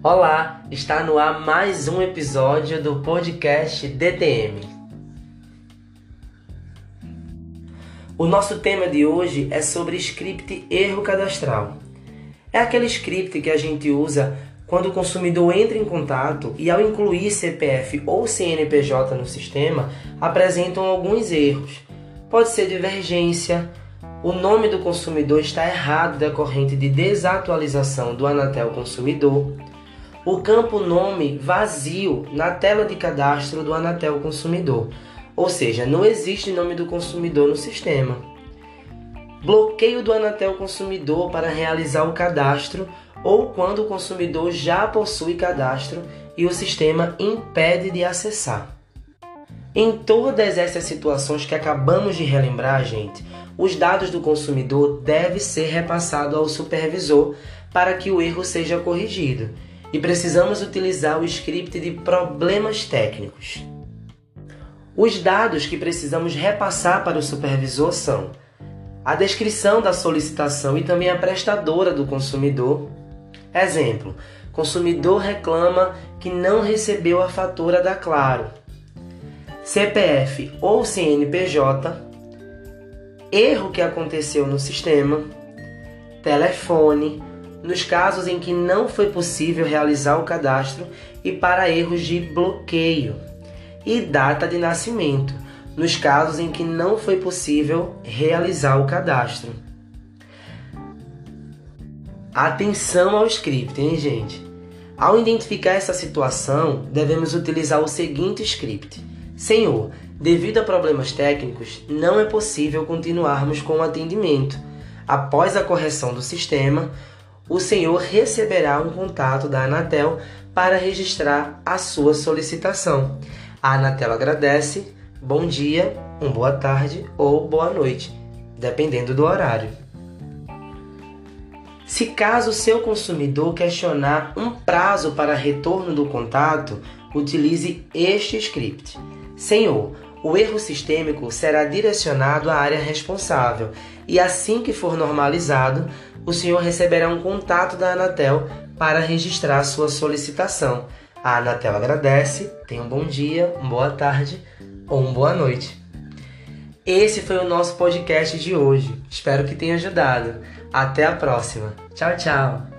Olá, está no ar mais um episódio do podcast DTM. O nosso tema de hoje é sobre script erro cadastral. É aquele script que a gente usa quando o consumidor entra em contato e, ao incluir CPF ou CNPJ no sistema, apresentam alguns erros. Pode ser divergência, o nome do consumidor está errado decorrente de desatualização do Anatel Consumidor, o campo nome vazio na tela de cadastro do Anatel Consumidor, ou seja, não existe nome do consumidor no sistema. Bloqueio do Anatel Consumidor para realizar o cadastro ou quando o consumidor já possui cadastro e o sistema impede de acessar. Em todas essas situações que acabamos de relembrar, gente, os dados do consumidor devem ser repassados ao supervisor para que o erro seja corrigido. E precisamos utilizar o script de problemas técnicos. Os dados que precisamos repassar para o supervisor são a descrição da solicitação e também a prestadora do consumidor. Exemplo, consumidor reclama que não recebeu a fatura da Claro. CPF ou CNPJ, erro que aconteceu no sistema, telefone, nos casos em que não foi possível realizar o cadastro e para erros de bloqueio, e data de nascimento, nos casos em que não foi possível realizar o cadastro. Atenção ao script, hein, gente? Ao identificar essa situação, devemos utilizar o seguinte script. Senhor, devido a problemas técnicos, não é possível continuarmos com o atendimento. Após a correção do sistema, o senhor receberá um contato da Anatel para registrar a sua solicitação. A Anatel agradece, bom dia, boa tarde ou boa noite, dependendo do horário. Se caso o seu consumidor questionar um prazo para retorno do contato, utilize este script. Senhor, o erro sistêmico será direcionado à área responsável e assim que for normalizado, o senhor receberá um contato da Anatel para registrar sua solicitação. A Anatel agradece, tenha um bom dia, boa tarde ou boa noite. Esse foi o nosso podcast de hoje. Espero que tenha ajudado. Até a próxima. Tchau, tchau.